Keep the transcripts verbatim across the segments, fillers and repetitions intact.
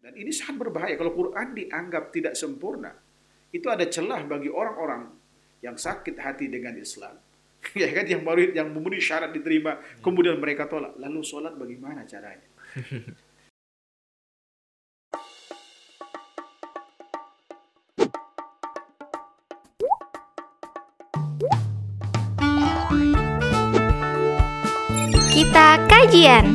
Dan ini sangat berbahaya kalau Quran dianggap tidak sempurna. Itu ada celah bagi orang-orang yang sakit hati dengan Islam. Ya kan, yang baru yang memenuhi syarat diterima, kemudian mereka tolak. Lalu sholat bagaimana caranya? Kita kajian.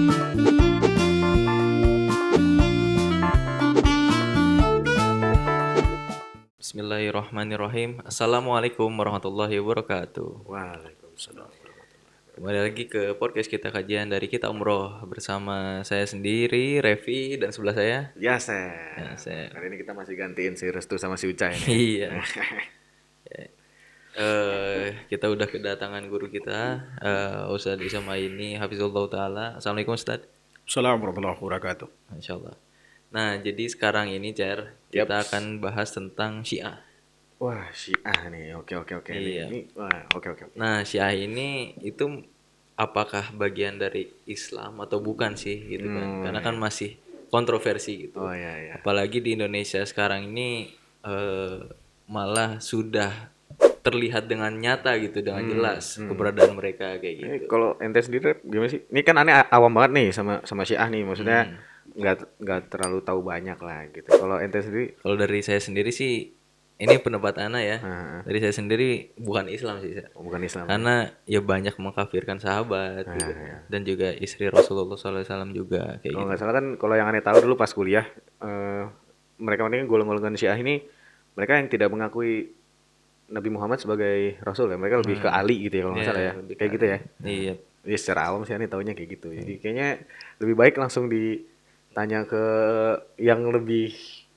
Bismillahirrahmanirrahim. Assalamualaikum warahmatullahi wabarakatuh. Waalaikumsalam. Kembali lagi ke podcast kita kajian dari Kita Umroh bersama saya sendiri, Revi, dan sebelah saya. Ya, saya. Ya, saya. Kali ini kita masih gantiin si Restu sama si Ucai nih. Iya. Ya. Eh, kita udah kedatangan guru kita, uh, Ustadz Isamaini, Hafizullah Ta'ala. Assalamualaikum Ustadz. Assalamualaikum warahmatullahi wabarakatuh. Insyaallah. Nah, jadi sekarang ini, Cer, kita Yap. akan bahas tentang Syiah. Wah, Syiah nih. Oke, oke, oke. Iya. Ini, wah, oke, oke. Nah, Syiah ini itu apakah bagian dari Islam atau bukan sih gitu kan? Hmm, Karena kan masih kontroversi gitu. Oh, iya, iya. Apalagi di Indonesia sekarang ini eh, malah sudah terlihat dengan nyata gitu, dengan jelas keberadaan mereka kayak gitu. Ini kalau ente sendiri gimana sih? Ini kan aneh awam banget nih sama sama Syiah nih. Maksudnya nggak nggak terlalu tahu banyak lah gitu. Kalau ente sendiri, Kalau dari saya sendiri sih, ini pendapat Ana ya. Heeh. Dari saya sendiri bukan Islam sih, Sa. oh, bukan Islam. Karena ya banyak mengkafirkan sahabat gitu. iya. Dan juga istri Rasulullah shallallahu alaihi wasallam juga kayak Kalau gitu. nggak salah kan, kalau yang aneh tahu dulu pas kuliah, eh, mereka ini golongan-golongan Syiah ini mereka yang tidak mengakui Nabi Muhammad sebagai Rasul ya. Mereka lebih ke Ali gitu ya kalau nggak Iya, salah ya. lebih Kayak ke gitu ya. Iya. Jadi secara awam sih aneh taunya kayak gitu. Jadi kayaknya lebih baik langsung ditanya ke yang lebih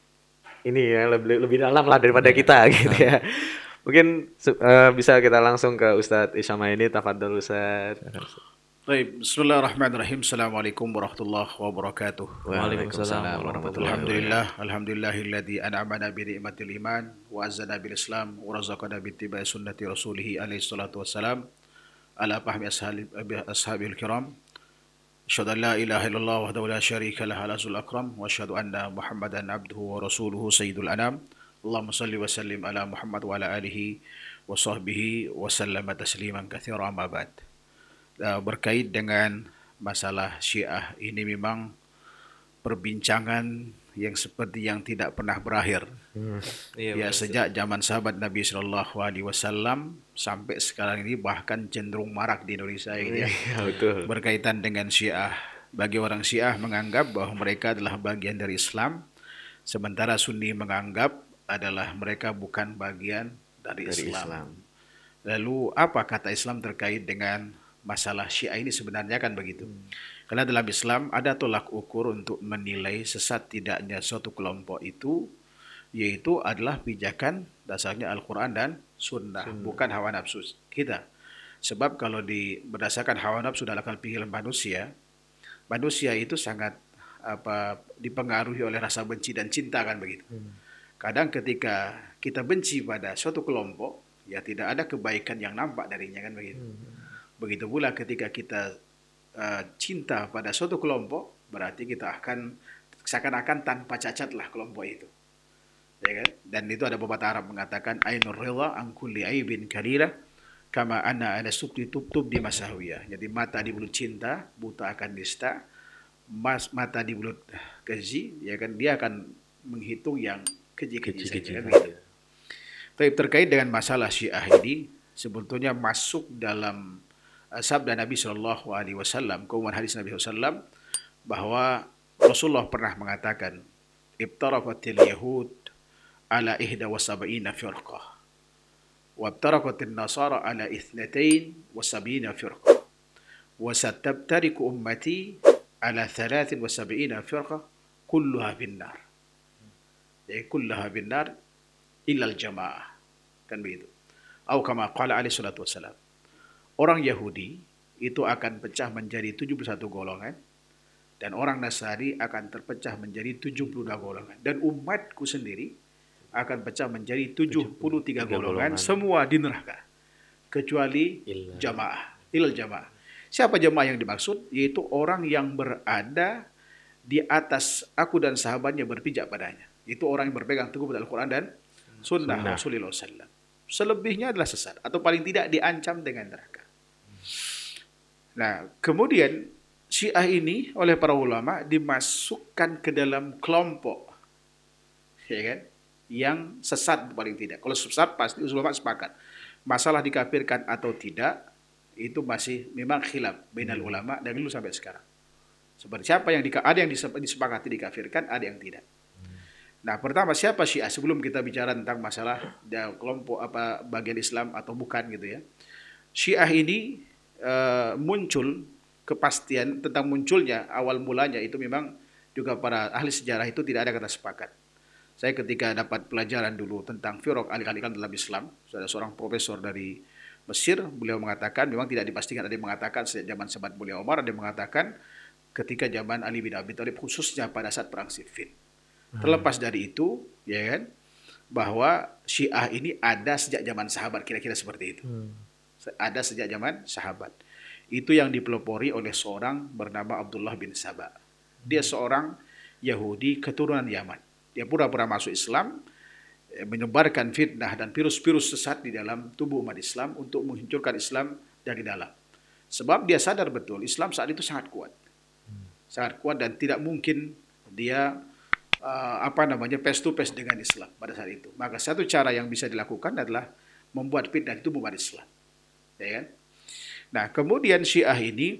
ini ya, lebih lebih dalam lah daripada kita gitu ya. Mungkin se- eh, bisa kita langsung ke Ustadz Isyamaini. Tafadhol Ustadz. Baik, bismillahirrahmanirrahim. Assalamualaikum warahmatullahi wabarakatuh. Waalaikumsalam warahmatullahi Alhamdulillah, alhamdulillahilladzi an'amana bi ni'matil iman wa azzana bil islam wa razaqana bi ittiba'i sunnati rasulih alaihi salatu wassalam ala fahmi ashabi ashabil kiram. Asyhadu an la ilaha illallah wahdahu la syarika lah al-azul akram wa asyhadu anna Muhammadan abduhu wa rasuluhu sayyidul anam. Allahumma salli wa sallim ala Muhammad wa ala alihi wa sahbihi wa sallama tasliman katsira amma ba'd. Uh, berkait dengan masalah Syiah ini memang perbincangan yang seperti yang tidak pernah berakhir. Iya, Ya, benar. sejak zaman sahabat Nabi Shallallahu Alaihi Wasallam sampai sekarang ini bahkan cenderung marak di Indonesia gitu ya. Iya betul. Berkaitan dengan Syiah, bagi orang Syiah menganggap bahwa mereka adalah bagian dari Islam, sementara Sunni menganggap adalah mereka bukan bagian dari, Dari Islam. Islam. Lalu apa kata Islam terkait dengan masalah Syiah ini sebenarnya kan begitu. Karena dalam Islam ada tolak ukur untuk menilai sesat tidaknya suatu kelompok itu, yaitu adalah pijakan dasarnya Al-Quran dan Sunnah, bukan hawa nafsu kita. Sebab kalau di berdasarkan hawa nafsu dan akal pikiran manusia, manusia itu sangat apa dipengaruhi oleh rasa benci dan cinta kan begitu. Kadang ketika kita benci pada suatu kelompok, ya tidak ada kebaikan yang nampak darinya kan begitu. Begitu pula ketika kita uh, cinta pada suatu kelompok, berarti kita akan seakan-akan tanpa cacat lah kelompok itu. Ya kan? Dan itu ada pepatah Arab mengatakan ainur ridha an kulli aibin kalila kama anna ala sukti tubtub di masahwiyah. Jadi mata di bulut cinta, buta akan nista. Mas mata di bulut keji, ya kan dia akan menghitung yang keji-keji saja kan begitu. Tapi terkait dengan masalah Syiah ini sebetulnya masuk dalam uh, sabda Nabi Shallallahu Alaihi Wasallam, keumuman hadis Nabi Shallallahu Alaihi Wasallam bahwa Rasulullah pernah mengatakan, ibtaraqatil yahud ala ihda wa sab'ina firqah wa ibtaraqatin nasara ala ithnatain wa sab'ina firqah wa satabtariku ummati ala thalathin wa sab'ina firqah kulluha finnar. Jadi kulluha finnar illa al-jamaah. Kan begitu. Atau kama qala alaihi salatu wassalam. Orang Yahudi itu akan pecah menjadi tujuh puluh satu golongan dan orang Nasrani akan terpecah menjadi tujuh puluh dua golongan dan umatku sendiri akan pecah menjadi tujuh puluh tiga golongan, semua di neraka kecuali Illa. jamaah, ilal jamaah. Siapa jamaah yang dimaksud? Yaitu orang yang berada di atas aku dan sahabatnya berpijak padanya. Itu orang yang berpegang teguh pada Al-Quran dan sunnah, Sunnah. Rasulullah shallallahu alaihi wasallam. Selebihnya adalah sesat atau paling tidak diancam dengan neraka. Nah, kemudian Syiah ini oleh para ulama dimasukkan ke dalam kelompok, ya kan, yang sesat paling tidak. Kalau sesat pasti ulama sepakat. Masalah dikafirkan atau tidak itu masih memang khilaf bainal ulama dari dulu sampai sekarang. Seperti siapa yang dika, ada yang disepakati dikafirkan, ada yang tidak. Nah, pertama siapa Syiah sebelum kita bicara tentang masalah ya, kelompok apa bagian Islam atau bukan gitu ya. Syiah ini uh, muncul kepastian tentang munculnya awal mulanya itu memang juga para ahli sejarah itu tidak ada kata sepakat. Saya ketika dapat pelajaran dulu tentang firaq al-alikan dalam Islam, ada seorang profesor dari Mesir, beliau mengatakan memang tidak dipastikan, ada yang mengatakan sejak zaman sahabat mulia Umar, ada yang mengatakan ketika zaman Ali bin Abi Thalib khususnya pada saat perang Siffin. Terlepas dari itu, ya kan, bahwa Syiah ini ada sejak zaman sahabat, kira-kira seperti itu. Hmm. Ada sejak zaman sahabat. Itu yang dipelopori oleh seorang bernama Abdullah bin Saba. Dia seorang Yahudi keturunan Yaman. Dia pura-pura masuk Islam, menyebarkan fitnah dan virus-virus sesat di dalam tubuh umat Islam untuk menghancurkan Islam dari dalam. Sebab dia sadar betul Islam saat itu sangat kuat. Sangat kuat dan tidak mungkin dia Uh, apa namanya face to face dengan Islam pada saat itu. Maka satu cara yang bisa dilakukan adalah membuat fitnah itu umat Islam, ya kan? Nah, kemudian Syiah ini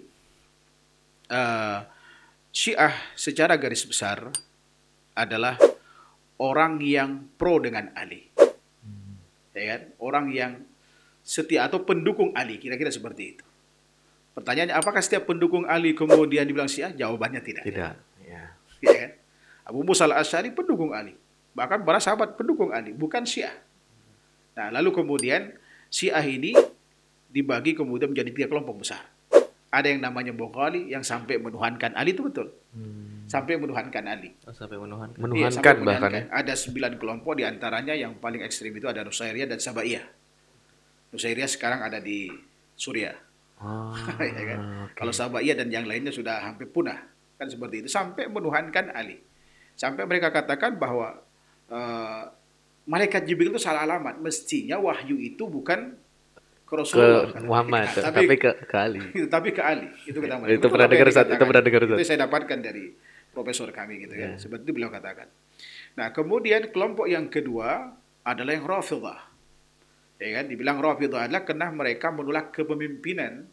uh, Syiah secara garis besar adalah orang yang pro dengan Ali, ya kan? Orang yang setia atau pendukung Ali, kira-kira seperti itu. Pertanyaannya, apakah setiap pendukung Ali kemudian dibilang Syiah? Jawabannya tidak. Tidak. Ya. Ya kan? Abu Musa al-Asy'ari pendukung Ali. Bahkan para sahabat pendukung Ali, bukan Syiah. Nah, lalu kemudian Syiah ini dibagi kemudian menjadi tiga kelompok besar. Ada yang namanya Boghali yang sampai menuhankan Ali, itu betul. Hmm. Sampai menuhankan Ali. Oh, sampai menuhankan. Menuhankan iya, bahkan. Ya? Ada sembilan kelompok, di antaranya yang paling ekstrim itu ada Nusairiyah dan Sabaiyah. Nusairiyah sekarang ada di Suriah. Oh, ya kan? Okay. Kalau Sabaiyah dan yang lainnya sudah hampir punah. Kan seperti itu. Sampai menuhankan Ali. Sampai mereka katakan bahwa uh, malaikat Jibril itu salah alamat. Mestinya wahyu itu bukan ke Rasulullah, ke Muhammad, ya, tapi, tapi ke, ke Ali. Tapi ke Ali. Itu kata mereka. Itu pernah dengar Ustaz, itu pernah dengar Ustaz. Itu saya dapatkan dari profesor kami gitu ya. Yeah. Seperti itu beliau katakan. Nah, kemudian kelompok yang kedua adalah yang Rafidhah. Ya kan, dibilang Rafidhah adalah karena mereka menolak kepemimpinan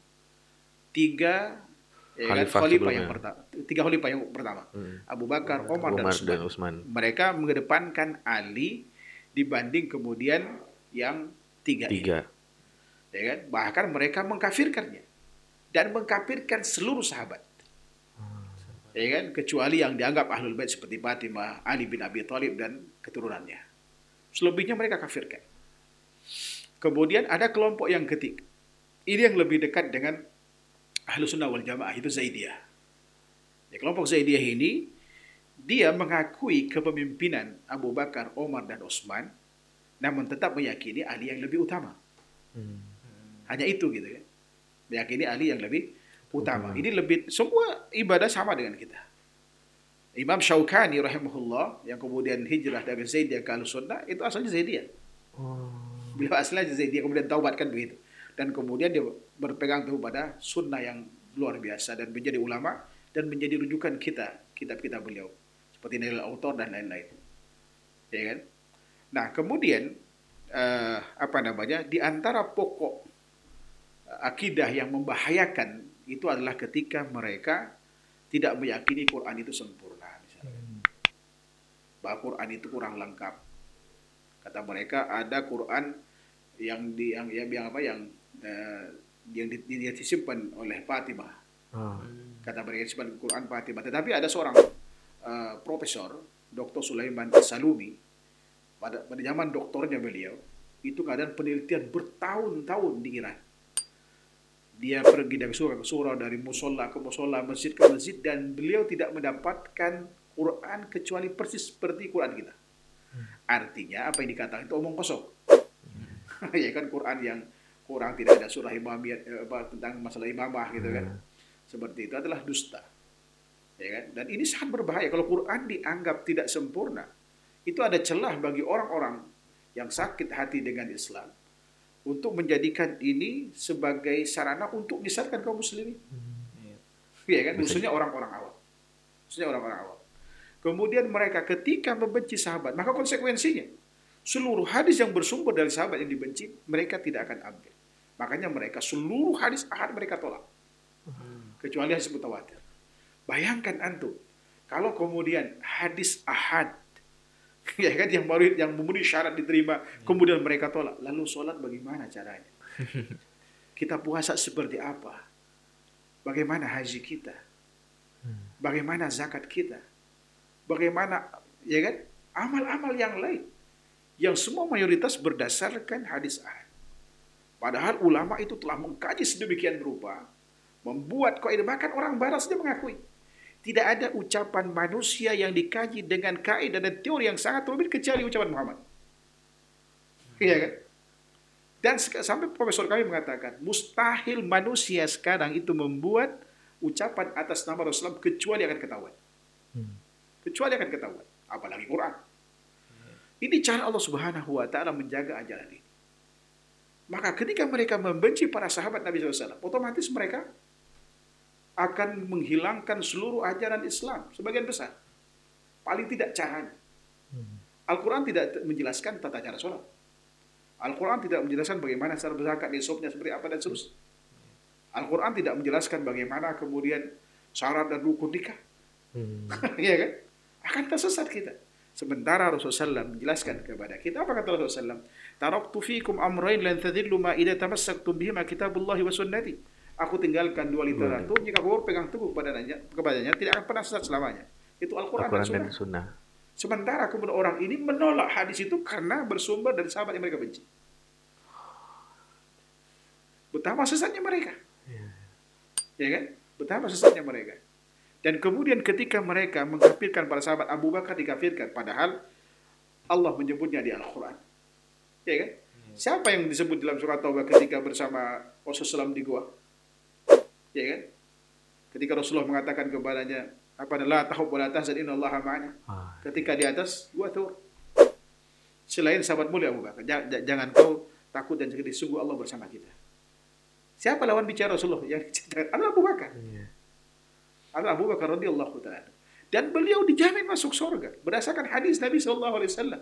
tiga ya kan, khalifah yang pertama, tiga khalifah yang pertama, hmm. Abu Bakar, Umar, Umar dan, dan Utsman. Mereka mengedepankan Ali dibanding kemudian yang tiga, tiga. Ini. Ya kan? Bahkan mereka mengkafirkannya dan mengkafirkan seluruh sahabat. Hmm. Ya kan? Kecuali yang dianggap ahlul bait seperti Fatimah, Ali bin Abi Thalib dan keturunannya. Selebihnya mereka kafirkan. Kemudian ada kelompok yang ketiga. Ini yang lebih dekat dengan Ahlus Sunnah wal Jamaah, itu Zaidiyah. Ya, kelompok Zaidiyah ini dia mengakui kepemimpinan Abu Bakar, Umar dan Utsman, namun tetap meyakini Ali yang lebih utama. Hmm. Hanya itu gitu kan. Meyakini Ali yang lebih utama. Hmm. Ini lebih semua ibadah sama dengan kita. Imam Syaukani rahimahullah yang kemudian hijrah dari Zaidiyah ke Ahlus Sunnah itu asalnya Zaidiyah. Oh. Beliau asalnya Zaidiyah kemudian taubat kan begitu. Dan kemudian dia berpegang teguh pada sunnah yang luar biasa dan menjadi ulama dan menjadi rujukan kita, kitab-kitab beliau seperti Nailul Autor dan lain-lain, ya kan? Nah, kemudian uh, apa namanya di antara pokok uh, akidah yang membahayakan itu adalah ketika mereka tidak meyakini Quran itu sempurna, misalnya. Bahwa Quran itu kurang lengkap. Kata mereka ada Quran yang di yang yang, yang apa yang Uh, yang disimpan oleh Fatimah. Hmm. Kata mereka disimpan Quran Fatimah. Tetapi ada seorang uh, profesor, Doktor Sulaiman As-Salumi, pada, pada zaman doktornya beliau, itu keadaan penelitian bertahun-tahun di Iran. Dia pergi dari surah ke surah, dari musola ke musola, masjid ke masjid, dan beliau tidak mendapatkan Quran kecuali persis seperti Quran kita. Hmm. Artinya apa yang dikatakan itu omong kosong. Hmm. Ya kan, Quran yang kurang, tidak ada surah imamiyah apa tentang masalah imamah gitu kan. Hmm. Seperti itu adalah dusta. Ya kan? Dan ini sangat berbahaya kalau Quran dianggap tidak sempurna. Itu ada celah bagi orang-orang yang sakit hati dengan Islam untuk menjadikan ini sebagai sarana untuk menyesatkan kaum muslimin. Ya kan? Khususnya orang-orang awam. Khususnya orang-orang awam. Kemudian mereka ketika membenci sahabat, maka konsekuensinya seluruh hadis yang bersumber dari sahabat yang dibenci, mereka tidak akan ambil. Makanya mereka seluruh hadis ahad mereka tolak. Kecuali hadis mutawatir. Bayangkan antum, kalau kemudian hadis ahad, ya kan, yang baru yang memenuhi syarat diterima, kemudian mereka tolak, lalu sholat bagaimana caranya? Kita puasa seperti apa? Bagaimana haji kita? Bagaimana zakat kita? Bagaimana, ya kan, amal-amal yang lain, yang semua mayoritas berdasarkan hadis ahad. Padahal ulama itu telah mengkaji sedemikian rupa, membuat kaidah, bahkan orang barat saja mengakui tidak ada ucapan manusia yang dikaji dengan kaidah dan teori yang sangat rumit kecuali ucapan Muhammad. Iya kan? Dan sampai profesor kami mengatakan mustahil manusia sekarang itu membuat ucapan atas nama Rasulullah kecuali akan ketahuan. Kecuali akan ketahuan, apalagi Quran. Ini cara Allah Subhanahu wa taala menjaga ajaran ini. Maka ketika mereka membenci para sahabat Nabi shallallahu alaihi wasallam, otomatis mereka akan menghilangkan seluruh ajaran Islam sebagian besar. Paling tidak caranya. Al-Quran tidak menjelaskan tata cara sholat. Al-Quran tidak menjelaskan bagaimana cara berzakat, nisabnya seperti apa dan seterusnya. Al-Quran tidak menjelaskan bagaimana kemudian syarat dan rukun nikah. Iya kan? Akan tersesat kita. Sementara Rasulullah shallallahu alaihi wasallam menjelaskan kepada kita, apa kata Rasulullah shallallahu alaihi wasallam? Taraktu fikum amrayn lan tadillu ma idza tamassaktum bihima kitabullahi wa sunnati. Aku tinggalkan dua literatur, jika kau pegang teguh kepadanya, kepadanya tidak akan pernah sesat selamanya. Itu Al-Quran, Al-Quran dan, dan Sunnah. Sementara kemudian orang ini menolak hadis itu karena bersumber dari sahabat yang mereka benci. Betapa sesatnya mereka. Ya kan? Betapa sesatnya mereka. Dan kemudian ketika mereka mengkafirkan para sahabat, Abu Bakar dikafirkan, padahal Allah menyebutnya di Al-Quran. Ya kan? Siapa yang disebut dalam surat Taubah ketika bersama Rasulullah shallallahu alaihi wasallam di gua? Ya kan? Ketika Rasulullah mengatakan kepadanya, apa la tahub wa la tahzan innallaha ma'ana. Ketika di atas gua tur. Selain sahabat mulia Abu Bakar, jangan kau takut dan sedih, sungguh Allah bersama kita. Siapa lawan bicara Rasulullah yang diceritakan? Adalah Abu Bakar. Adalah Abu Bakar radhiyallahu taala. Dan beliau dijamin masuk surga berdasarkan hadis Nabi sallallahu alaihi wasallam.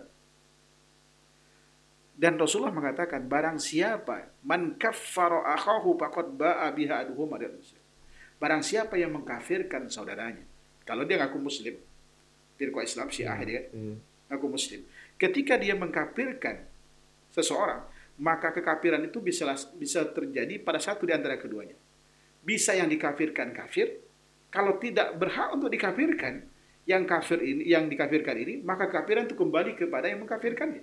Dan Rasulullah mengatakan, barang siapa man kaffara akhahu faqad ba'a biha aduhuma. Barang siapa yang mengkafirkan saudaranya, kalau dia ngaku muslim, firqah Islam Syiah dia ngaku muslim, ketika dia mengkafirkan seseorang, maka kekafiran itu bisa bisa terjadi pada satu di antara keduanya. Bisa yang dikafirkan kafir, kalau tidak berhak untuk dikafirkan, yang kafir ini, yang dikafirkan ini, maka kekafiran itu kembali kepada yang mengkafirkannya.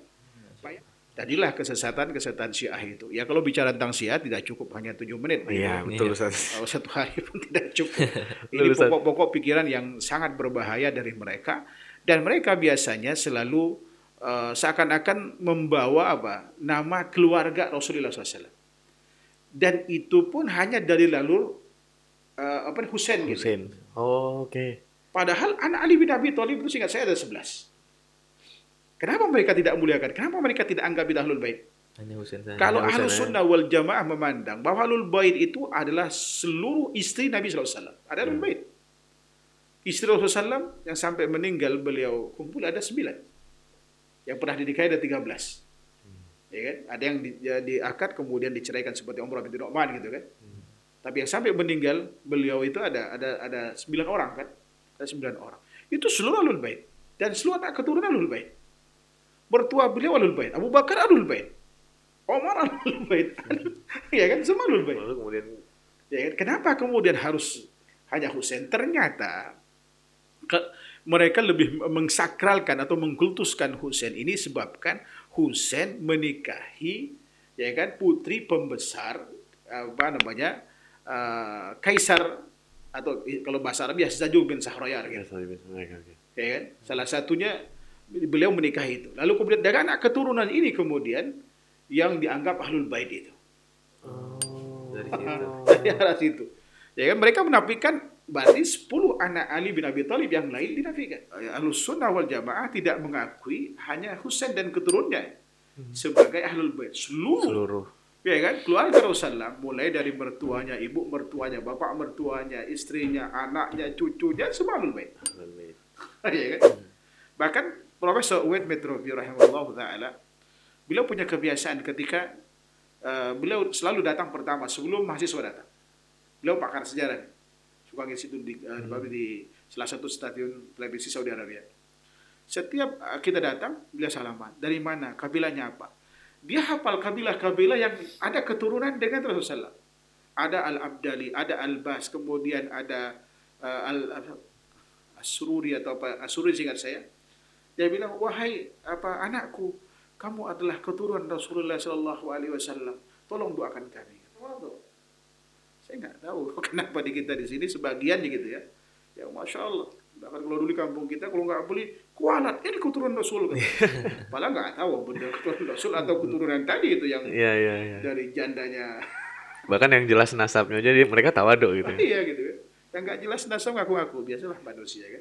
Tadilah kesesatan-kesesatan Syiah itu. Ya kalau bicara tentang Syiah tidak cukup hanya tujuh menit. Iya, betul Ustaz. Kalau satu hari pun tidak cukup. Ini pokok-pokok pikiran yang sangat berbahaya dari mereka. Dan mereka biasanya selalu uh, seakan-akan membawa apa? Nama keluarga Rasulullah shallallahu alaihi wasallam. Dan itu pun hanya dari lalur uh, apa Husain gitu. Husain. Oh, oke. Okay. Padahal anak Ali bin Abi Thalib itu seingat saya ada sebelas. Kenapa mereka tidak muliakan? Kenapa mereka tidak anggap itu ahlul bait? Hanya Husain saja. Kalau Ahlus Sunnah wal Jamaah memandang bahwa ahlul bait itu adalah seluruh istri Nabi shallallahu alaihi wasallam. Ada ahlul bait. Istri Rasulullah shallallahu alaihi wasallam yang sampai meninggal beliau kumpul ada sembilan. Yang pernah dinikahi ada tiga belas. Ya kan? Ada yang di, ya, diakad kemudian diceraikan seperti Umrah binti Nu'man gitu kan. Hmm. Tapi yang sampai meninggal beliau itu ada ada ada sembilan orang kan? Ada sembilan orang. Itu seluruh ahlul bait dan seluruh anak keturunan ahlul bait. Mertua beliau ahlul bait, Abu Bakar ahlul bait, Omar ahlul bait, ya kan, semua ahlul bait. Lalu kemudian, ya kan, kenapa kemudian harus hanya Husain? Ternyata ke, mereka lebih mengsakralkan atau mengkultuskan Husain ini sebabkan Husain menikahi, ya kan, putri pembesar apa namanya uh, Kaisar atau kalau bahasa Arab ya Zaju bin Sahrayar, gitu. Ya kan, salah satunya beliau menikahi itu. Lalu kemudian dari anak keturunan ini kemudian yang dianggap ahlul bait itu. Oh, dari situ. Dari arah situ. Ya kan mereka menafikan berarti sepuluh anak Ali bin Abi Thalib yang lain dinafikan. Ahlus Sunnah wal Jamaah tidak mengakui hanya Husain dan keturunannya sebagai Ahlul Bait. Seluruh, Seluruh. ya kan, keluarga Rasulullah, mulai dari mertuanya, ibu mertuanya, bapak mertuanya, istrinya, anaknya, cucunya, semua Ahlul Bait. Ya kan? Bahkan Profesor Uwaid Metrobi rahimahullah taala, beliau punya kebiasaan ketika uh, beliau selalu datang pertama sebelum mahasiswa datang. Beliau pakar sejarah, suka ngisi itu di, uh, hmm. di salah satu stasiun televisi Saudi Arabia. Setiap uh, kita datang, beliau salaman. Dari mana? Kabilahnya apa? Dia hafal kabilah-kabilah yang ada keturunan dengan Rasulullah. Ada Al-Abdali, ada Al-Bas, kemudian ada uh, Al-Asruri atau apa, Asruri seingat saya. Dia bilang, wahai apa anakku, kamu adalah keturunan Rasulullah Sallallahu Alaihi Wasallam. Tolong doakan kami. Saya nggak tahu kenapa di kita di sini sebagian gitu ya. Ya masya Allah. Bahkan kalau dulu di kampung kita kalau nggak beli kualat, ini keturunan Rasul. Padahal nggak tahu benar keturunan Rasul atau keturunan tadi itu yang ya, ya, ya. dari jandanya. Bahkan yang jelas nasabnya jadi mereka tawaduk gitu. Iya gitu ya. Yang nggak jelas nasab ngaku-ngaku, biasalah manusia kan.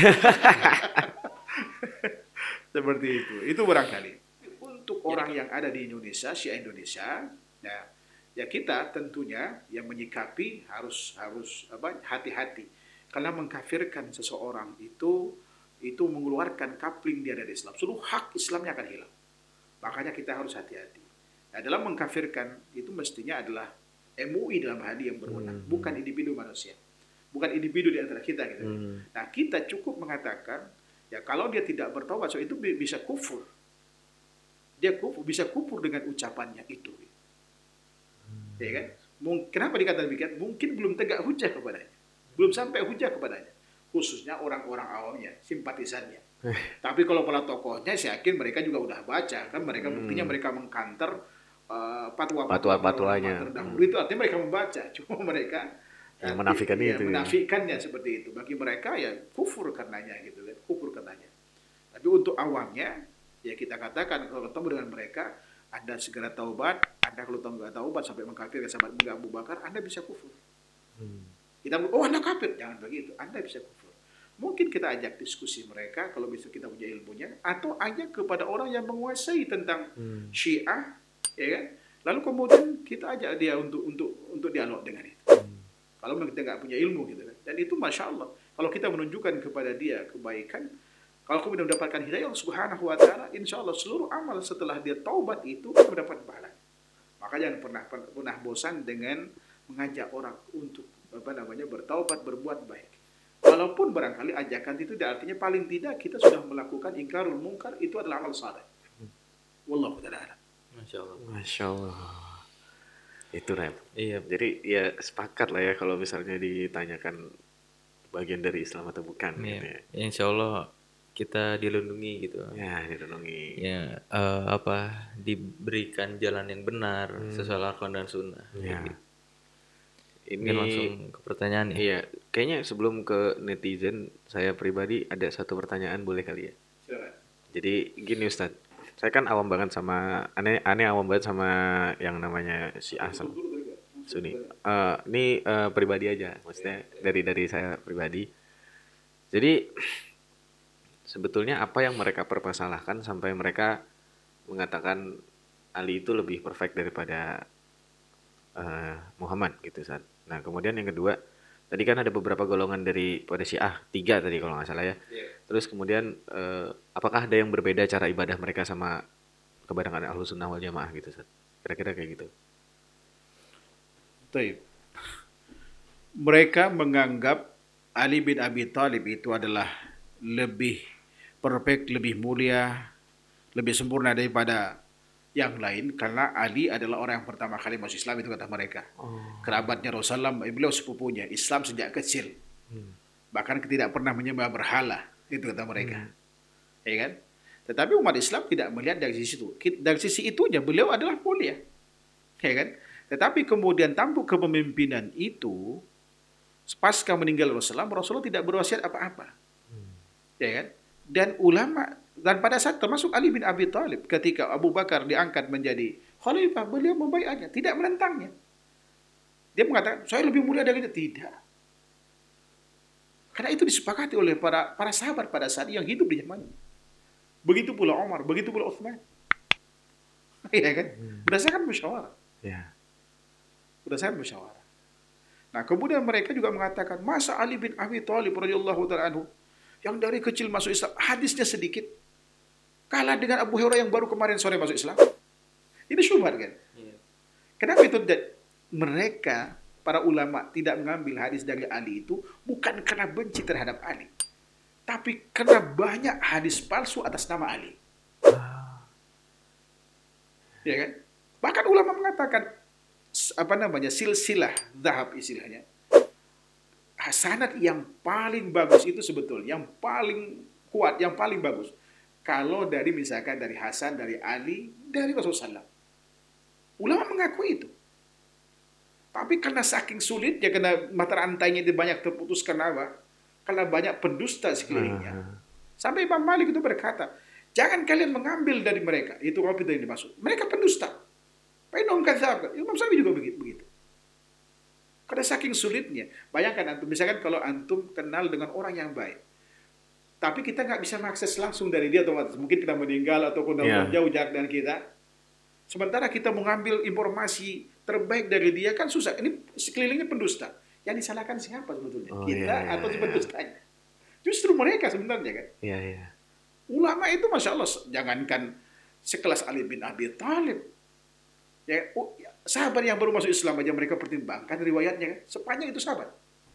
Seperti itu. Itu barangkali untuk orang yang ada di Indonesia, Syiah Indonesia, ya, ya kita tentunya yang menyikapi harus harus apa hati-hati. Karena mengkafirkan seseorang itu itu mengeluarkan kapling dia dari Islam. Seluruh hak Islamnya akan hilang. Makanya kita harus hati-hati. Nah, dalam mengkafirkan itu mestinya adalah M U I dalam hadi yang berwenang, hmm. bukan individu manusia. Bukan individu di antara kita gitu. Hmm. Nah, kita cukup mengatakan ya kalau dia tidak bertobat, so itu bisa kufur. Dia kufur, bisa kufur dengan ucapannya itu. Hmm. Ya kan? Kenapa dikatakan demikian? Mungkin belum tegak hujah kepadanya. Belum sampai hujah kepadanya, khususnya orang-orang awamnya, simpatisannya. Tapi kalau para tokohnya, saya yakin mereka juga udah baca, kan mereka buktinya mereka mengkanter uh, patwa-patwa terdahulu hmm. itu artinya mereka membaca, cuma mereka yang menafikan ya, itu, menafikannya ya. Seperti itu. Bagi mereka ya kufur karenanya gitu kan, kufur karenanya. Tapi untuk awamnya, ya kita katakan kalau ketemu dengan mereka, Anda segera taubat, Anda kalau nggak taubat sampai mengkafirkan sahabat Abu Bakar, Anda bisa kufur. Hmm. Kita oh Anda kafir, jangan begitu. Anda bisa kufur. Mungkin kita ajak diskusi mereka kalau bisa kita punya ilmunya, atau ajak kepada orang yang menguasai tentang hmm. Syiah, ya kan? Lalu kemudian kita ajak dia untuk untuk untuk dialog dengan itu. Hmm. Kalau kita nggak punya ilmu gitu kan. Dan itu masya Allah. Kalau kita menunjukkan kepada dia kebaikan, kalau kemudian mendapatkan hidayah Allah Subhanahu Wa Taala, insya Allah seluruh amal setelah dia taubat itu akan mendapat pahala. Maka jangan pernah pernah bosan dengan mengajak orang untuk apa namanya bertaubat, berbuat baik. Walaupun barangkali ajakan itu artinya paling tidak kita sudah melakukan ingkarul mungkar, itu adalah amal saleh. Wallahu ta'ala. Masya Allah. Masya Allah. Itu Rem. Iya. Jadi ya sepakat lah ya kalau misalnya ditanyakan bagian dari Islam atau bukan. Iya. Gitu ya. Insya Allah kita dilindungi gitu. Ya dilindungi. Ya uh, apa diberikan jalan yang benar hmm. sesuai Al-Quran dan Sunnah. Ya. Gitu. Ini Mungkin langsung ke pertanyaan ya. Iya, kayaknya sebelum ke netizen, saya pribadi ada satu pertanyaan boleh kali ya. Silakan. Jadi gini Ustadz, saya kan awam banget sama aneh aneh awam banget sama yang namanya Syiah Sunni. Uh, ini uh, pribadi aja, maksudnya dari dari saya pribadi. Jadi sebetulnya apa yang mereka permasalahkan sampai mereka mengatakan Ali itu lebih perfect daripada uh, Muhammad gitu Ustadz. Nah kemudian yang kedua, tadi kan ada beberapa golongan dari pada Syiah, tiga tadi kalau nggak salah ya. Yeah. Terus kemudian eh, apakah ada yang berbeda cara ibadah mereka sama kebanyakan Ahlus Sunnah wal Jamaah gitu, Ustaz? Kira-kira kayak gitu. Baik. Mereka menganggap Ali bin Abi Thalib itu adalah lebih perfect, lebih mulia, lebih sempurna daripada yang lain karena Ali adalah orang yang pertama kali masuk Islam, itu kata mereka. Oh. Kerabatnya Rasulullah, beliau sepupunya Islam sejak kecil. Hmm. Bahkan tidak pernah menyembah berhala, itu kata mereka. Hmm. Ya kan? Tetapi umat Islam tidak melihat dari sisi itu. Dari sisi itunya beliau adalah mulia. Ya kan? Tetapi kemudian tampuk kepemimpinan itu pasca meninggal Rasulullah, Rasulullah tidak berwasiat apa-apa. Hmm. Ya kan? Dan ulama, dan pada saat termasuk Ali bin Abi Thalib, ketika Abu Bakar diangkat menjadi khalifah, beliau membaiatnya, tidak menentangnya. Dia mengatakan, saya lebih mulia dari dia. Tidak. Karena itu disepakati oleh para para sahabat pada saat yang hidup di zamannya. Begitu pula Umar, begitu pula Utsman. Iya kan? Berdasarkan musyawarah. Ya. Berdasarkan musyawarah. Nah, kemudian mereka juga mengatakan, masa Ali bin Abi Thalib radhiyallahu taala anhu yang dari kecil masuk Islam, hadisnya sedikit, kalah dengan Abu Hurairah yang baru kemarin sore masuk Islam. Ini syubhat kan? Iya. Kenapa itu mereka para ulama tidak mengambil hadis dari Ali itu bukan karena benci terhadap Ali, tapi karena banyak hadis palsu atas nama Ali. Ya kan? Bahkan ulama mengatakan apa namanya silsilah zahab istilahnya. Sanad yang paling bagus itu sebetulnya yang paling kuat, yang paling bagus kalau dari misalkan dari Hasan, dari Ali, dari Rasulullah. Ulama mengakui itu. Tapi karena saking sulitnya, karena mata rantainya itu banyak terputus, karena apa? Karena banyak pendusta sekelilingnya. Uh-huh. Sampai Imam Malik itu berkata, jangan kalian mengambil dari mereka. Itu apa itu yang dimaksud? Mereka pendusta. Painong kadzab. Imam Syafi'i juga begitu, begitu. Karena saking sulitnya. Bayangkan antum, misalkan kalau antum kenal dengan orang yang baik, tapi kita nggak bisa mengakses langsung dari dia otomatis. Mungkin kita meninggal atau yeah. jauh jarak dengan kita. Sementara kita mengambil informasi terbaik dari dia kan susah. Ini sekelilingnya pendusta. Yang disalahkan siapa sebetulnya? Oh, kita iya, iya, atau si iya. pendustanya? Justru mereka sebenarnya kan. Iya, iya. Ulama itu Masya Allah, jangankan sekelas Ali bin Abi Thalib. Ya, oh, ya, sahabat yang baru masuk Islam aja mereka pertimbangkan riwayatnya kan. Sepanjang itu sahabat.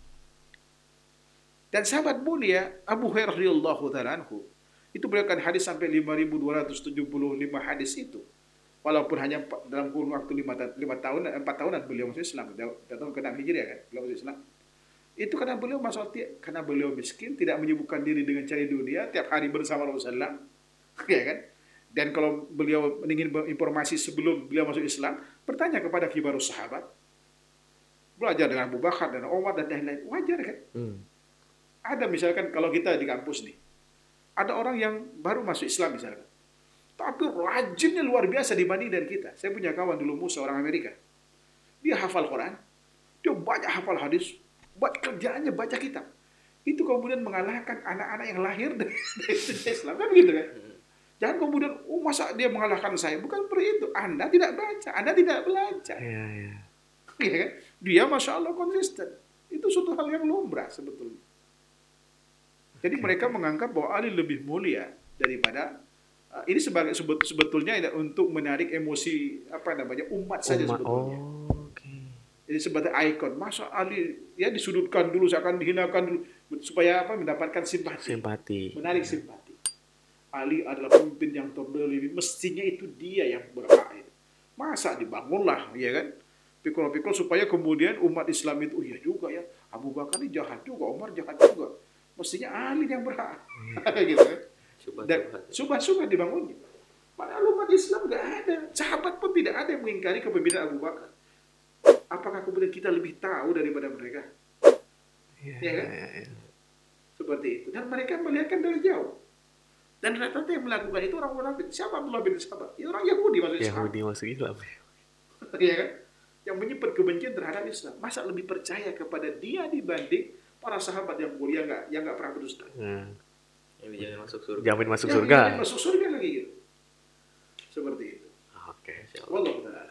Dan sahabat mulia Abu Hurairah radhiyallahu taala anhu itu berikan hadis sampai lima ribu dua ratus tujuh puluh lima hadis itu. Walaupun hanya dalam kurun waktu lima, lima tahun, empat tahunan beliau masuk Islam, tahun ke enam Hijriah kan, beliau masuk Islam. Itu karena beliau masuk, karena beliau miskin, tidak menyibukkan diri dengan cari dunia, tiap hari bersama Rasulullah, ya kan? Dan kalau beliau ingin informasi sebelum beliau masuk Islam, bertanya kepada kibarus sahabat, belajar dengan Abu Bakar dan Umar dan lain-lain, wajar kan? Hmm. Ada misalkan kalau kita di kampus nih, ada orang yang baru masuk Islam misalkan. Tapi rajinnya luar biasa dibanding dari kita. Saya punya kawan dulu Musa, orang Amerika. Dia hafal Quran. Dia banyak hafal hadis. Buat kerjaannya baca kitab. Itu kemudian mengalahkan anak-anak yang lahir dari, dari Islam. Kan begitu kan? Jangan kemudian, oh masa dia mengalahkan saya? Bukan seperti itu. Anda tidak baca. Anda tidak belajar. Iya, iya. Ya kan? Dia Masya Allah konsisten. Itu suatu hal yang lumrah sebetulnya. Jadi mereka menganggap bahwa Ali lebih mulia daripada ini sebagai sebetulnya untuk menarik emosi apa namanya umat saja umat, sebetulnya. Oh, okay. Jadi sebagai ikon. Masa Ali ya disudutkan dulu, seakan dihinakan dulu supaya apa mendapatkan simpati. Simpati. Menarik simpati. Ali adalah pemimpin yang terlebih, mestinya itu dia yang berhak. Masa dibangunlah, ya kan? Pikul-pikul supaya kemudian umat Islam itu, oh iya juga ya, Abu Bakar ini jahat juga, Umar jahat juga. Mestinya Ali yang berhak. Gitu kan? Dan subah-subah dibangunnya. Padahal umat Islam nggak ada. Sahabat pun tidak ada yang mengingkari kepemimpinan Abu Bakar. Apakah kemudian kita lebih tahu daripada mereka? Ya, ya kan? Ya, ya. Seperti itu. Dan mereka melihatkan dari jauh. Dan rata-rata yang melakukan itu orang munafik. Siapa Abdullah bin Sabah? Ya orang Yahudi masuk Islam. Yahudi masuk Islam. Ya kan? Yang menyimpan kebencian terhadap Islam. Masa lebih percaya kepada dia dibanding para sahabat yang mulia nggak, yang nggak pernah berdusta. Hmm. Yang dijamin masuk surga. Jamin masuk yang surga. Jamin masuk surga lagi gitu. Seperti itu. Oke. Wallahu ta'ala.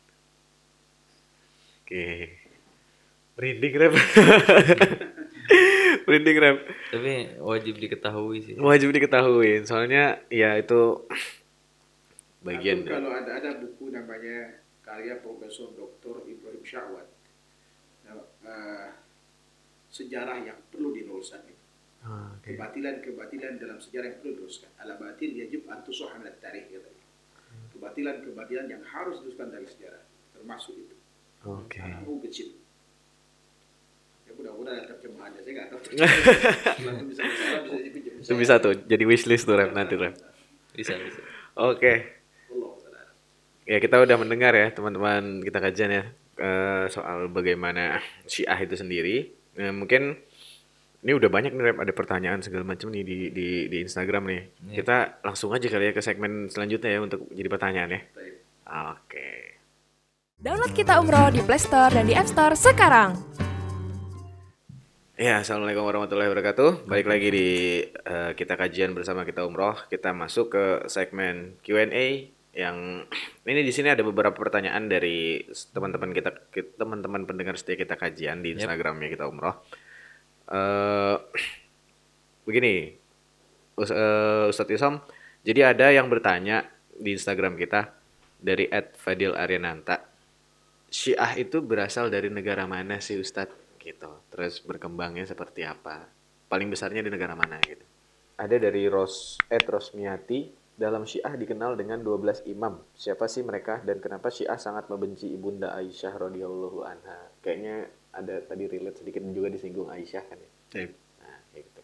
Oke. Merinding rep. Merinding rep. Tapi wajib diketahui sih. Wajib diketahui. Soalnya ya itu bagian. Atau kalau ada ada buku namanya karya Profesor Doktor Ibrahim Syahwat. Nah, uh, sejarah yang perlu diluruskan. Ah, okay. Kebatilan-kebatilan dalam sejarah yang perlu diluruskan. Al-batil yajib an tusuh min at-tarikh. Kebatilan-kebatilan yang harus diluruskan dari sejarah, termasuk itu. Oke. Okay. Aku kecil. Ya mudah-mudahan ada terjemahannya. Saya nggak tahu. bisa, bisa, bisa dipinjam. Itu bisa tuh, jadi wishlist tuh rep nanti rep. Bisa bisa. Oke. Okay. Ya kita udah mendengar ya teman-teman kita kajian ya uh, soal bagaimana Syiah itu sendiri. Uh, mungkin ini udah banyak nih rep, ada pertanyaan segala macam nih di di di Instagram nih. Yeah. Kita langsung aja kali ya ke segmen selanjutnya ya untuk jadi pertanyaan ya. Oke. Okay. Download Kita Umroh di Play Store dan di App Store sekarang. Ya, assalamualaikum warahmatullahi wabarakatuh. Balik lagi di eh, kita kajian bersama kita umroh. Kita masuk ke segmen Q and A yang ini di sini ada beberapa pertanyaan dari teman-teman kita, ki- teman-teman pendengar setia kita kajian di Instagramnya kita umroh. Eh, begini, Us- eh, Ustadz Isam. Jadi ada yang bertanya di Instagram kita dari et fadil ariananta. Syiah itu berasal dari negara mana sih Ustadz? Gitu. Terus berkembangnya seperti apa? Paling besarnya di negara mana gitu? Ada dari Ros Ed Rosmiati, dalam Syiah dikenal dengan dua belas imam. Siapa sih mereka dan kenapa Syiah sangat membenci Ibunda Aisyah radhiyallahu anha? Kayaknya ada tadi relate sedikit juga disinggung Aisyah kan ya. Taib. Nah, kayak gitu.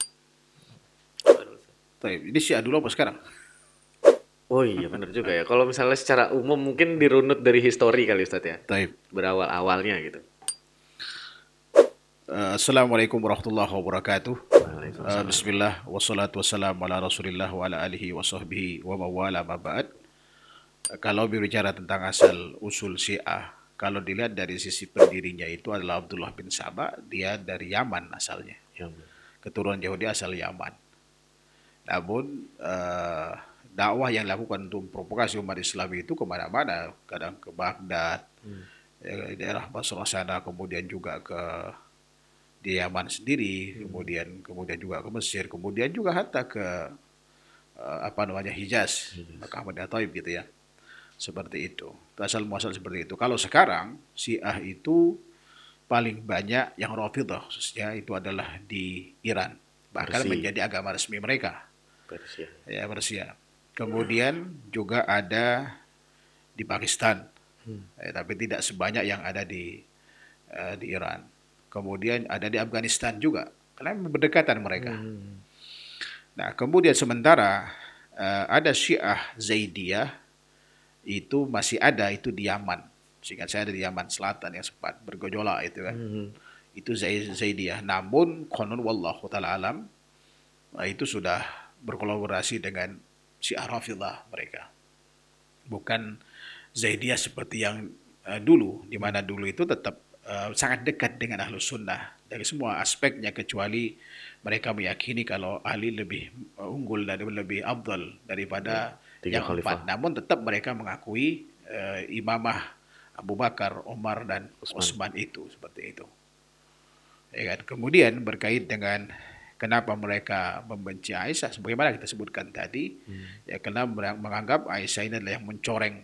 Taib. Ini Syiah dulu apa sekarang? Oh iya benar juga ya. Kalau misalnya secara umum mungkin dirunut dari histori kali Ustadz ya. Taib. Berawal-awalnya gitu. Uh, Assalamualaikum warahmatullahi wabarakatuh. Uh, Bismillah wassalatu wassalamu ala Rasulillah wa ala alihi wa sahbihi wa mawala ma ba'd. Uh, Kalau berbicara tentang asal usul Syiah, kalau dilihat dari sisi pendirinya itu adalah Abdullah bin Saba, dia dari Yaman asalnya. Ya. Keturunan Yahudi asal Yaman. Namun uh, dakwah yang dilakukan untuk provokasi umat Islam itu kemana-mana, kadang ke Baghdad, ya, daerah Basrah sana, kemudian juga ke di Yaman sendiri, kemudian kemudian juga ke Mesir, kemudian juga hatta ke eh, apa namanya Hijaz, Mekah Madinah Taib gitu ya. Seperti itu. Asal muasal seperti itu. Kalau sekarang Syiah itu paling banyak yang Rafidhah khususnya itu adalah di Iran. Bahkan Persia. menjadi agama resmi mereka. Persia. Ya, Persia. Kemudian juga ada di Pakistan. Eh, tapi tidak sebanyak yang ada di eh, di Iran. Kemudian ada di Afghanistan juga, karena berdekatan mereka. Nah, kemudian sementara eh, ada Syiah Zaidiyah itu masih ada itu di Yaman. Seingat saya ada di Yaman Selatan yang sempat bergejolak itu kan. Itu Zai- Zaidiyah. Namun konon wallahu taala alam eh, itu sudah berkolaborasi dengan Syiah Rafidhah mereka. Bukan Zaidiyah seperti yang eh, dulu, di mana dulu itu tetap uh, sangat dekat dengan Ahlus Sunnah dari semua aspeknya, kecuali mereka meyakini kalau Ali lebih uh, unggul dan lebih afdal daripada Tiga yang khalifah. empat. Namun tetap mereka mengakui uh, imamah Abu Bakar, Umar dan Utsman. Utsman itu seperti itu. Ya kan? Kemudian berkait dengan kenapa mereka membenci Aisyah, sebagaimana kita sebutkan tadi, ya karena mereka menganggap Aisyah ini adalah yang mencoreng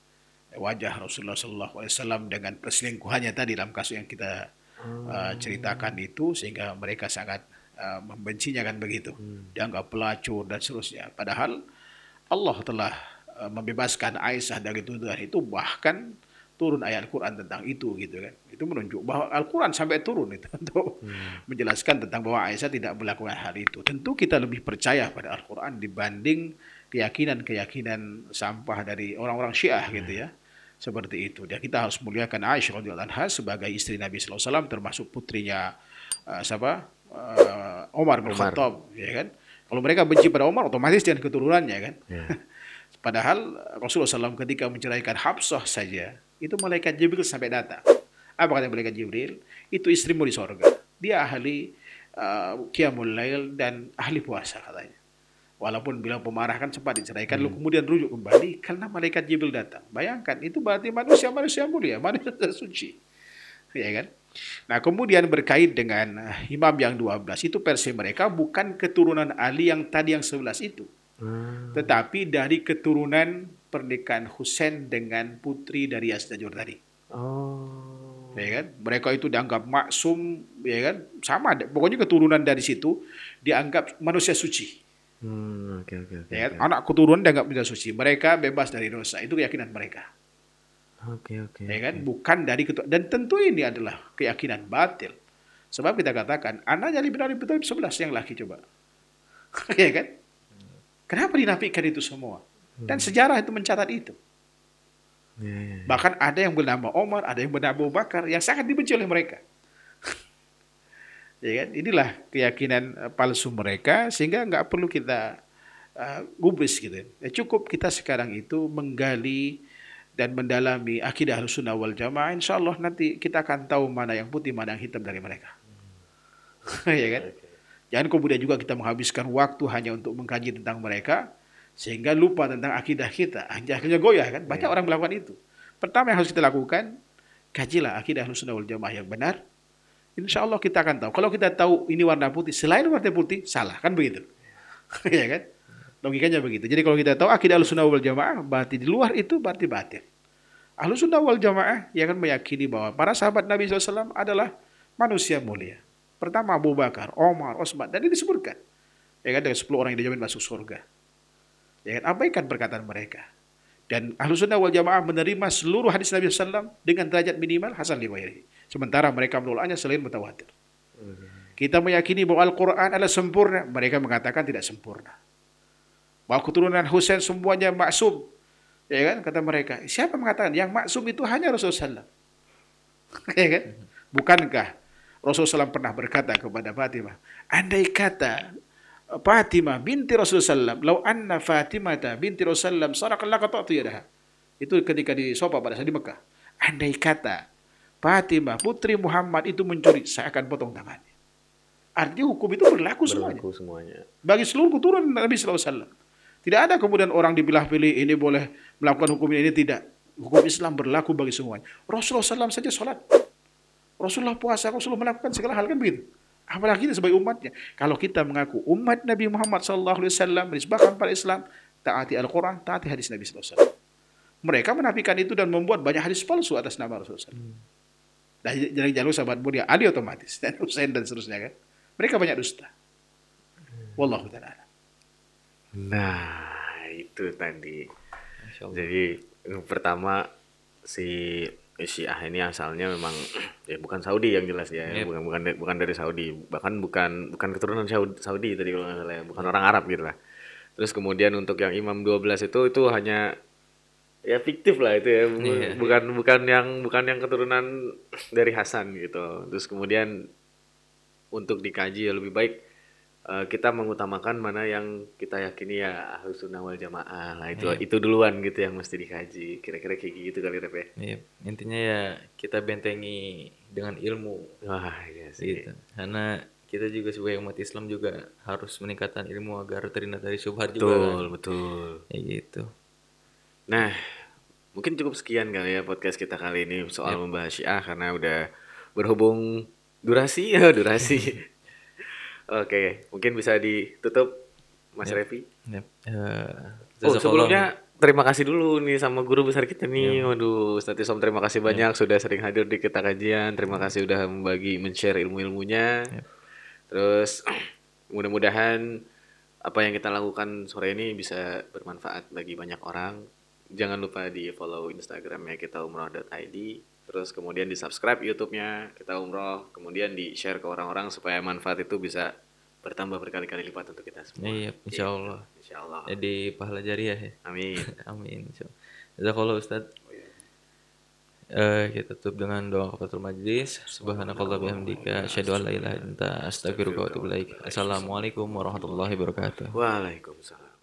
wajah Rasulullah Sallallahu Alaihi Wasallam dengan perselingkuhannya tadi dalam kasus yang kita uh, ceritakan itu, sehingga mereka sangat uh, membencinya kan begitu, dianggap pelacur dan seterusnya. Padahal Allah telah uh, membebaskan Aisyah dari tuduhan itu, bahkan turun ayat Al-Quran tentang itu gitu kan. Itu menunjuk bahwa Al-Quran sampai turun itu untuk menjelaskan tentang bahwa Aisyah tidak melakukan hal itu. Tentu kita lebih percaya pada Al-Quran dibanding keyakinan-keyakinan sampah dari orang-orang Syiah gitu ya. Seperti itu. Dan kita harus muliakan Aisyah radhiyallahu anha sebagai istri Nabi sallallahu alaihi wasallam, termasuk putrinya uh, siapa? Uh, Umar bin Umar. Khattab, ya kan? Kalau mereka benci pada Umar, otomatis dengan keturunannya kan. Ya. Padahal Rasulullah sallallahu alaihi wasallam ketika menceraikan Hafsah saja, itu malaikat Jibril sampai datang. Apa kata malaikat Jibril? Itu istrimu di sorga. Dia ahli uh, qiyamul lail dan ahli puasa katanya. Walaupun bilang pemarah kan sempat diceraikan, lalu kemudian rujuk kembali karena malaikat Jibril datang. Bayangkan, itu berarti manusia-manusia mulia, manusia suci. Ya kan? Nah, kemudian berkait dengan uh, imam yang dua belas, itu versi mereka bukan keturunan Ali yang tadi yang sebelas itu. Tetapi dari keturunan pernikahan Husain dengan putri dari Yazdajur tadi. Oh. Ya kan? Mereka itu dianggap maksum, ya kan? Sama, pokoknya keturunan dari situ dianggap manusia suci. Hmm, oke oke oke. Ya kan? oke. Anak keturunan dianggap manusia suci. Mereka bebas dari dosa. Itu keyakinan mereka. Oke oke. Ya kan? Bukan dari keturunan. Dan tentu ini adalah keyakinan batil. Sebab kita katakan, anaknya Ali bin Abi Thalib sebelas yang laki coba. Ya kan? Kenapa dinafikan itu semua? Dan sejarah itu mencatat itu. Ya, ya. Bahkan ada yang bernama Omar, ada yang bernama Abu Bakar yang sangat dibenci oleh mereka. Ya kan? Inilah keyakinan uh, palsu mereka, sehingga nggak perlu kita uh, gubris gitu. Ya, cukup kita sekarang itu menggali dan mendalami akidah Ahlussunnah wal Jamaah. Insya Allah nanti kita akan tahu mana yang putih, mana yang hitam dari mereka. Ya kan? Jangan kemudian juga kita menghabiskan waktu hanya untuk mengkaji tentang mereka sehingga lupa tentang akidah kita. Akhirnya goyah kan? Banyak orang melakukan itu. Pertama yang harus kita lakukan, kajilah akidah Ahlussunnah wal Jamaah yang benar. Insya Allah kita akan tahu. Kalau kita tahu ini warna putih, selain warna putih, salah kan begitu? Ya kan? Logikanya begitu. Jadi kalau kita tahu akidah Ahlussunnah wal Jamaah, berarti di luar itu berarti batil. Ahlussunnah wal Jamaah yang akan meyakini bahwa para sahabat Nabi shallallahu alaihi wasallam adalah manusia mulia. Pertama Abu Bakar, Omar, Utsman, dan ini disebutkan. Ya kan, dengan sepuluh orang yang dijamin masuk surga. Ya kan, abaikan perkataan mereka. Dan Ahlussunnah wal Jamaah menerima seluruh hadis Nabi shallallahu alaihi wasallam dengan derajat minimal hasan li ghairihi. Sementara mereka menolaknya selain mutawatir. Kita meyakini bahwa Al-Quran adalah sempurna. Mereka mengatakan tidak sempurna. Bahwa keturunan Husain semuanya maksum. Ya kan, kata mereka. Siapa mengatakan yang maksum itu hanya Rasulullah shallallahu alaihi wasallam? Ya kan? Bukankah Rasulullah shallallahu alaihi wasallam pernah berkata kepada Fatimah, andai kata Fatimah binti Rasulullah shallallahu alaihi wasallam, lau anna Fatimah binti Rasulullah shallallahu alaihi wasallam saraqan laqata'tu yadaha. Itu ketika di Sofa pada saat di Mekah. Andai kata Fatimah putri Muhammad itu mencuri, saya akan potong tangannya. Artinya hukum itu berlaku, Berlaku semuanya. semuanya. Bagi seluruh keturunan Nabi shallallahu alaihi wasallam. Tidak ada kemudian orang dipilah-pilih, ini boleh melakukan hukum ini, ini tidak. Hukum Islam berlaku bagi semuanya. Rasulullah shallallahu alaihi wasallam saja sholat. Rasulullah puasa, Rasulullah melakukan segala hal kan begitu. Apalagi kita sebagai umatnya. Kalau kita mengaku umat Nabi Muhammad shallallahu alaihi wasallam, menisbahkan pada Islam, taati Al-Quran, taati hadis Nabi shallallahu alaihi wasallam. Mereka menafikan itu dan membuat banyak hadis palsu atas nama Rasulullah shallallahu alaihi wasallam. Dan jangan jalur sahabat mulia Ali otomatis, dan Husain dan seterusnya kan. Mereka banyak dusta. Wallahu ta'ala. Nah, itu tadi. Masya Allah. Jadi yang pertama si Syiah ini asalnya memang ya bukan Saudi yang jelas ya, Yep. bukan bukan dari- bukan dari Saudi, bahkan bukan bukan keturunan Saudi, Saudi tadi kalau nggak salah ya, bukan orang Arab gitu lah. Terus kemudian untuk yang Imam dua belas itu itu hanya ya fiktif lah itu ya, Bu- Iya. bukan bukan yang bukan yang keturunan dari Hasan gitu. Terus kemudian untuk dikaji ya lebih baik eh, kita mengutamakan mana yang kita yakini ya Ahlussunnah wal Jamaah lah itu Iya. itu duluan gitu yang mesti dikaji. Kira-kira kayak gitu kali Rep ya. Iya, intinya ya kita bentengi dengan ilmu Wah, iya sih. gitu. Karena kita juga sebagai umat Islam juga harus meningkatkan ilmu agar terhindar dari syubhat juga Betul, kan. betul. Ya gitu. Nah, mungkin cukup sekian kali ya podcast kita kali ini soal membahas Syiah karena udah berhubung durasi ya durasi. Oke, mungkin bisa ditutup Mas Revi. Yep. Eh, Oh, jazakallah. sebelumnya terima kasih dulu nih sama guru besar kita nih. Waduh, Ustadz Isom terima kasih banyak sudah sering hadir di kita kajian. Terima kasih udah membagi men-share ilmu-ilmunya. Terus mudah-mudahan apa yang kita lakukan sore ini bisa bermanfaat bagi banyak orang. Jangan lupa di follow Instagramnya kita umroh dot i d. Terus kemudian di subscribe YouTube-nya kita umroh. Kemudian di share ke orang-orang supaya manfaat itu bisa bertambah berkali-kali lipat untuk kita semua. Iya, insya Allah. Insya Allah. Jadi pahala jariah ya. Amin. Amin. insya Allah. Jazakallah Ustaz. Eh, kita tutup dengan doa kafatul majlis. Subhanakallah bihamdika asyhadu an la ilaha illa anta astaghfiruka wa atubu ilaik. Assalamualaikum warahmatullahi wabarakatuh. Waalaikumsalam.